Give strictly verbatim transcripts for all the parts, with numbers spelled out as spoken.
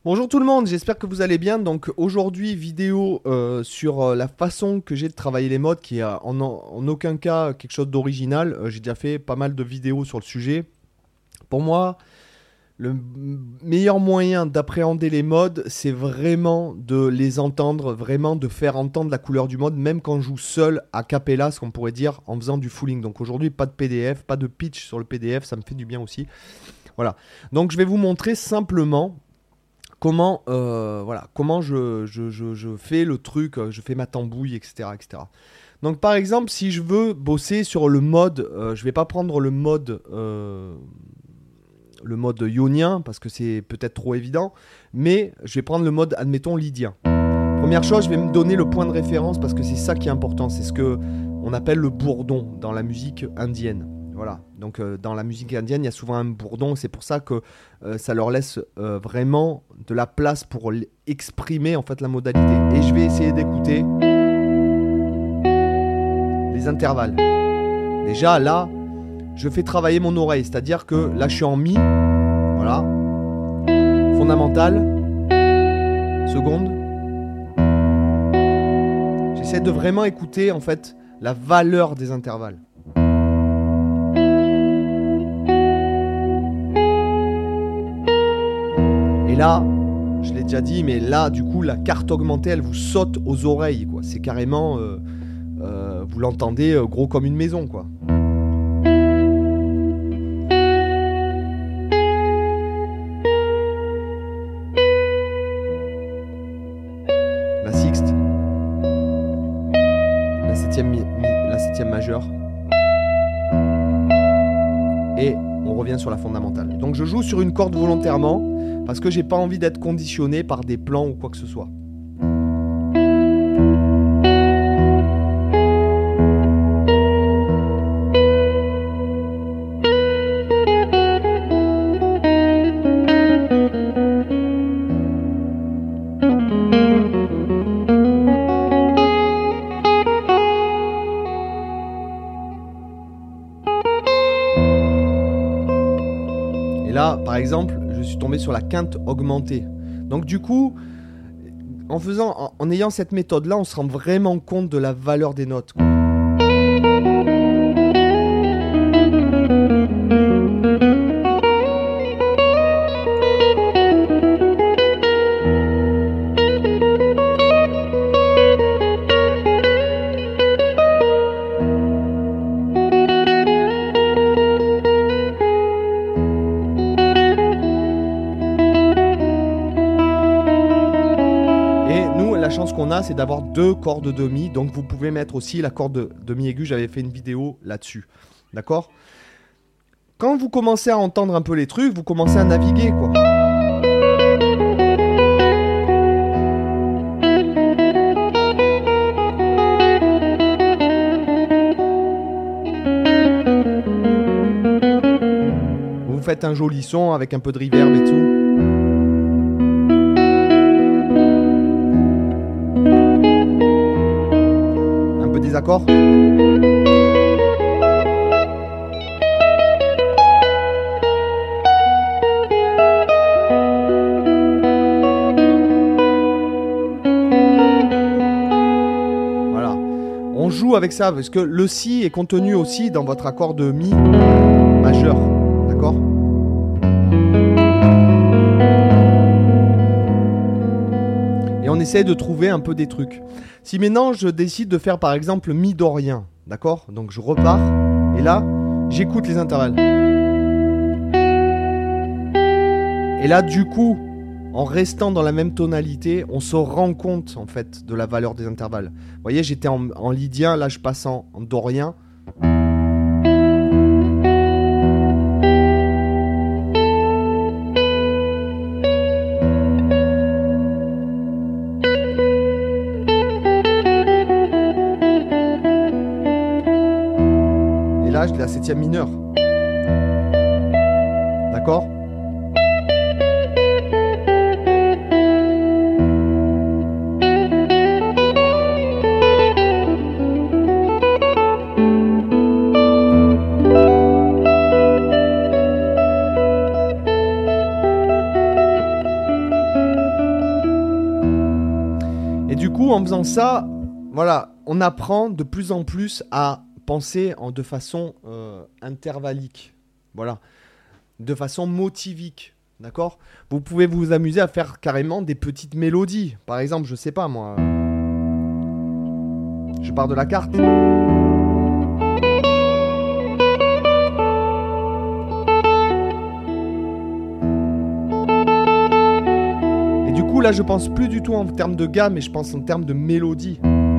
Bonjour tout le monde, j'espère que vous allez bien. Donc aujourd'hui, vidéo euh, sur euh, la façon que j'ai de travailler les modes, qui est euh, en, en aucun cas quelque chose d'original. Euh, j'ai déjà fait pas mal de vidéos sur le sujet. Pour moi, le m- meilleur moyen d'appréhender les modes, c'est vraiment de les entendre, vraiment de faire entendre la couleur du mode, même quand je joue seul a cappella, ce qu'on pourrait dire, en faisant du fooling. Donc aujourd'hui, pas de P D F, pas de pitch sur le P D F, ça me fait du bien aussi. Voilà. Donc je vais vous montrer simplement comment, euh, voilà, comment je, je, je, je fais le truc, euh, je fais ma tambouille, et cetera, et cetera. Donc par exemple, si je veux bosser sur le mode, euh, je vais pas prendre le mode, euh, le mode ionien parce que c'est peut-être trop évident, mais je vais prendre le mode, admettons, lydien. Première chose, je vais me donner le point de référence parce que c'est ça qui est important, c'est ce que on appelle le bourdon dans la musique indienne. Voilà, donc euh, dans la musique indienne, il y a souvent un bourdon, c'est pour ça que euh, ça leur laisse euh, vraiment de la place pour l- exprimer en fait la modalité. Et je vais essayer d'écouter les intervalles. Déjà là, je fais travailler mon oreille, c'est-à-dire que là je suis en mi, voilà, fondamental, seconde. J'essaie de vraiment écouter en fait la valeur des intervalles. Et là, je l'ai déjà dit, mais là, du coup, la carte augmentée, elle vous saute aux oreilles, quoi. C'est carrément, euh, euh, vous l'entendez euh, gros comme une maison, quoi. La sixte, la septième, mi- mi- la septième majeure, et on revient sur la fondamentale. Donc je joue sur une corde volontairement parce que j'ai pas envie d'être conditionné par des plans ou quoi que ce soit. Et là, par exemple, je suis tombé sur la quinte augmentée. Donc du coup, en faisant, en, en ayant cette méthode-là, on se rend vraiment compte de la valeur des notes, quoi. Et nous, la chance qu'on a, c'est d'avoir deux cordes de mi. Donc vous pouvez mettre aussi la corde de, de mi aiguë. J'avais fait une vidéo là-dessus. D'accord? Quand vous commencez à entendre un peu les trucs, vous commencez à naviguer, quoi. Vous faites un joli son avec un peu de reverb et tout. Un peu des accords. Voilà. On joue avec ça parce que le si est contenu aussi dans votre accord de mi majeur. D'accord? Et on essaie de trouver un peu des trucs. Si maintenant je décide de faire par exemple mi dorien, d'accord? Donc je repars et là j'écoute les intervalles. Et là du coup, en restant dans la même tonalité, on se rend compte en fait de la valeur des intervalles. Vous voyez, j'étais en, en lydien, là je passe en, en dorien. Et là, je l'ai la septième mineure. D'accord? du coup, en faisant ça, voilà, on apprend de plus en plus à penser en, de façon euh, intervallique. Voilà. De façon motivique. D'accord ? Vous pouvez vous amuser à faire carrément des petites mélodies. Par exemple, je sais pas moi. Je pars de la carte. Et du coup, là, je pense plus du tout en termes de gamme, mais je pense en termes de mélodie.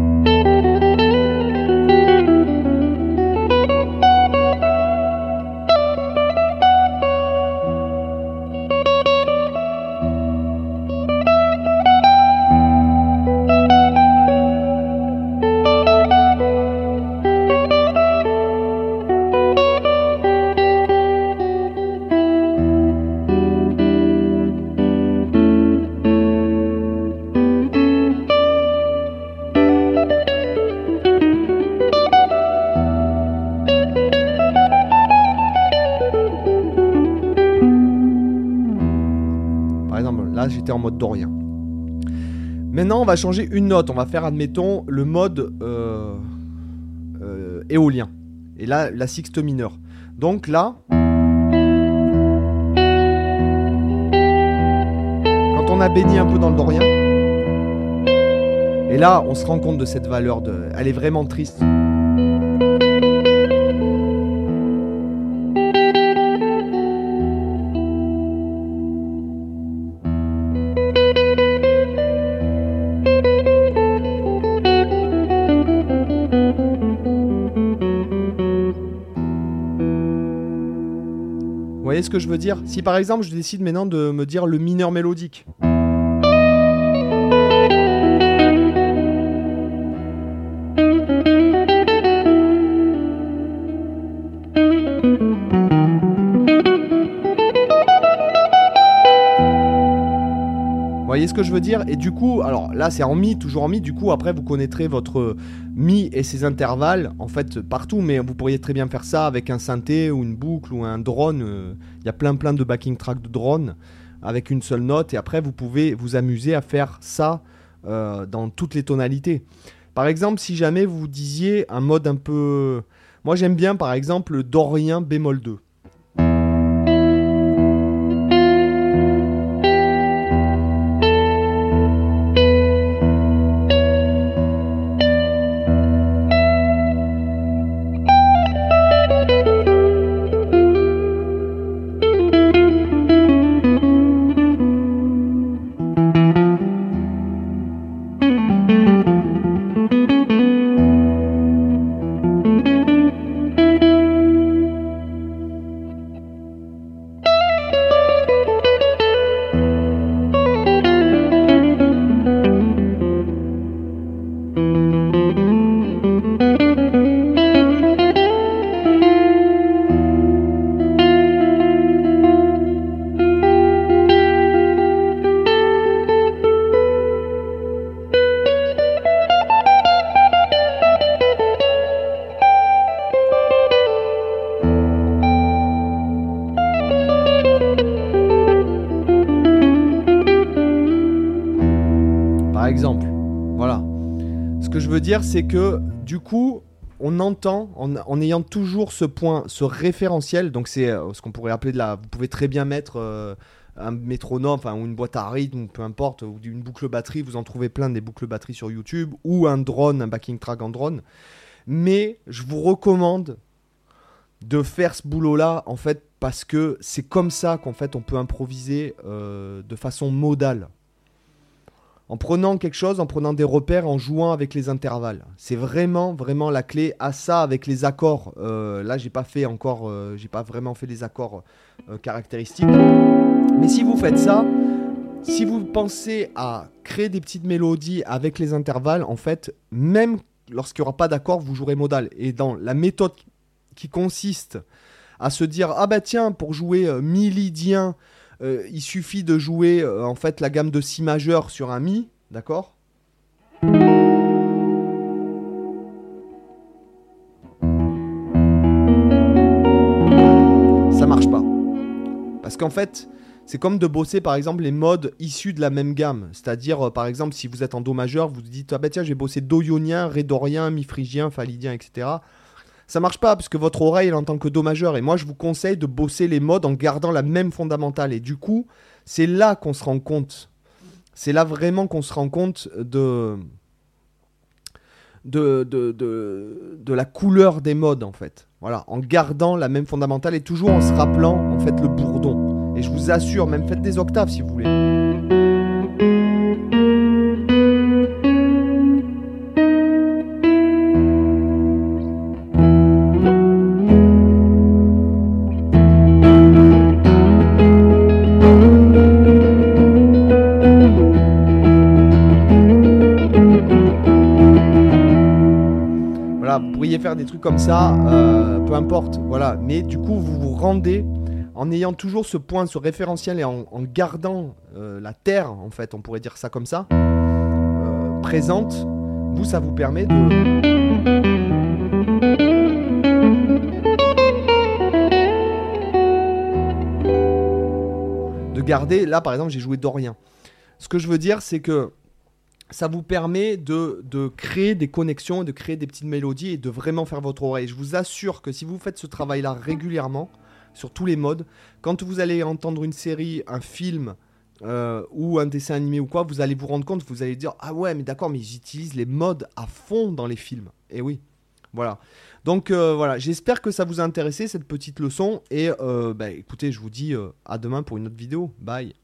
Là, j'étais en mode dorien. Maintenant, on va changer une note. On va faire, admettons, le mode euh, euh, éolien. Et là, la sixte mineure. Donc là, quand on a baigné un peu dans le dorien, et là, on se rend compte de cette valeur. De, elle est vraiment triste. Vous voyez ce que je veux dire ? Si par exemple je décide maintenant de me dire le mineur mélodique. Vous voyez ce que je veux dire ? Et du coup, alors là c'est en mi, toujours en mi, du coup après vous connaîtrez votre mi et ses intervalles, en fait partout, mais vous pourriez très bien faire ça avec un synthé ou une boucle ou un drone. Il y a plein plein de backing tracks de drone avec une seule note, et après vous pouvez vous amuser à faire ça euh, dans toutes les tonalités. Par exemple, si jamais vous disiez un mode un peu... Moi j'aime bien par exemple le dorien bémol deux. Exemple, voilà. Ce que je veux dire, c'est que du coup, on entend en, en ayant toujours ce point, ce référentiel. Donc c'est euh, ce qu'on pourrait appeler de la. Vous pouvez très bien mettre euh, un métronome, enfin ou une boîte à rythme, peu importe, ou une boucle batterie. Vous en trouvez plein des boucles batterie sur YouTube, ou un drone, un backing track en drone. Mais je vous recommande de faire ce boulot-là, en fait, parce que c'est comme ça qu'en fait on peut improviser euh, de façon modale. En prenant quelque chose, en prenant des repères, en jouant avec les intervalles. C'est vraiment, vraiment la clé à ça avec les accords. Euh, là, j'ai pas fait encore, euh, j'ai pas vraiment fait les accords euh, caractéristiques. Mais si vous faites ça, si vous pensez à créer des petites mélodies avec les intervalles, en fait, même lorsqu'il n'y aura pas d'accord, vous jouerez modal. Et dans la méthode qui consiste à se dire, ah bah tiens, pour jouer euh, mi lydien, Euh, il suffit de jouer euh, en fait la gamme de si majeur sur un mi, d'accord ? Ça marche pas. Parce qu'en fait, C'est comme de bosser par exemple les modes issus de la même gamme. C'est-à-dire euh, par exemple si vous êtes en Do majeur, vous vous dites ah bah tiens je vais bosser Do ionien, Ré dorien, Mi phrygien, Fa lydien, et cetera. Ça marche pas parce que votre oreille elle entend que Do majeur. Et moi je vous conseille de bosser les modes en gardant la même fondamentale. Et du coup c'est là qu'on se rend compte. C'est là vraiment qu'on se rend compte de... De, de, de, de la couleur des modes en fait. Voilà, en gardant la même fondamentale et toujours en se rappelant en fait le bourdon. Et je vous assure, même faites des octaves si vous voulez. Voilà, vous pourriez faire des trucs comme ça, euh, peu importe, voilà. Mais du coup, vous vous rendez en ayant toujours ce point, ce référentiel et en, en gardant euh, la terre, en fait, on pourrait dire ça comme ça, euh, présente, vous, ça vous permet de... de garder, là par exemple j'ai joué dorien. Ce que je veux dire c'est que ça vous permet de, de créer des connexions, de créer des petites mélodies et de vraiment faire votre oreille. Je vous assure que si vous faites ce travail-là régulièrement, sur tous les modes, quand vous allez entendre une série, un film euh, ou un dessin animé ou quoi, vous allez vous rendre compte, vous allez dire « Ah ouais, mais d'accord, mais j'utilise les modes à fond dans les films. » Et oui, voilà. Donc euh, voilà, j'espère que ça vous a intéressé cette petite leçon. Et euh, bah, écoutez, je vous dis euh, à demain pour une autre vidéo. Bye.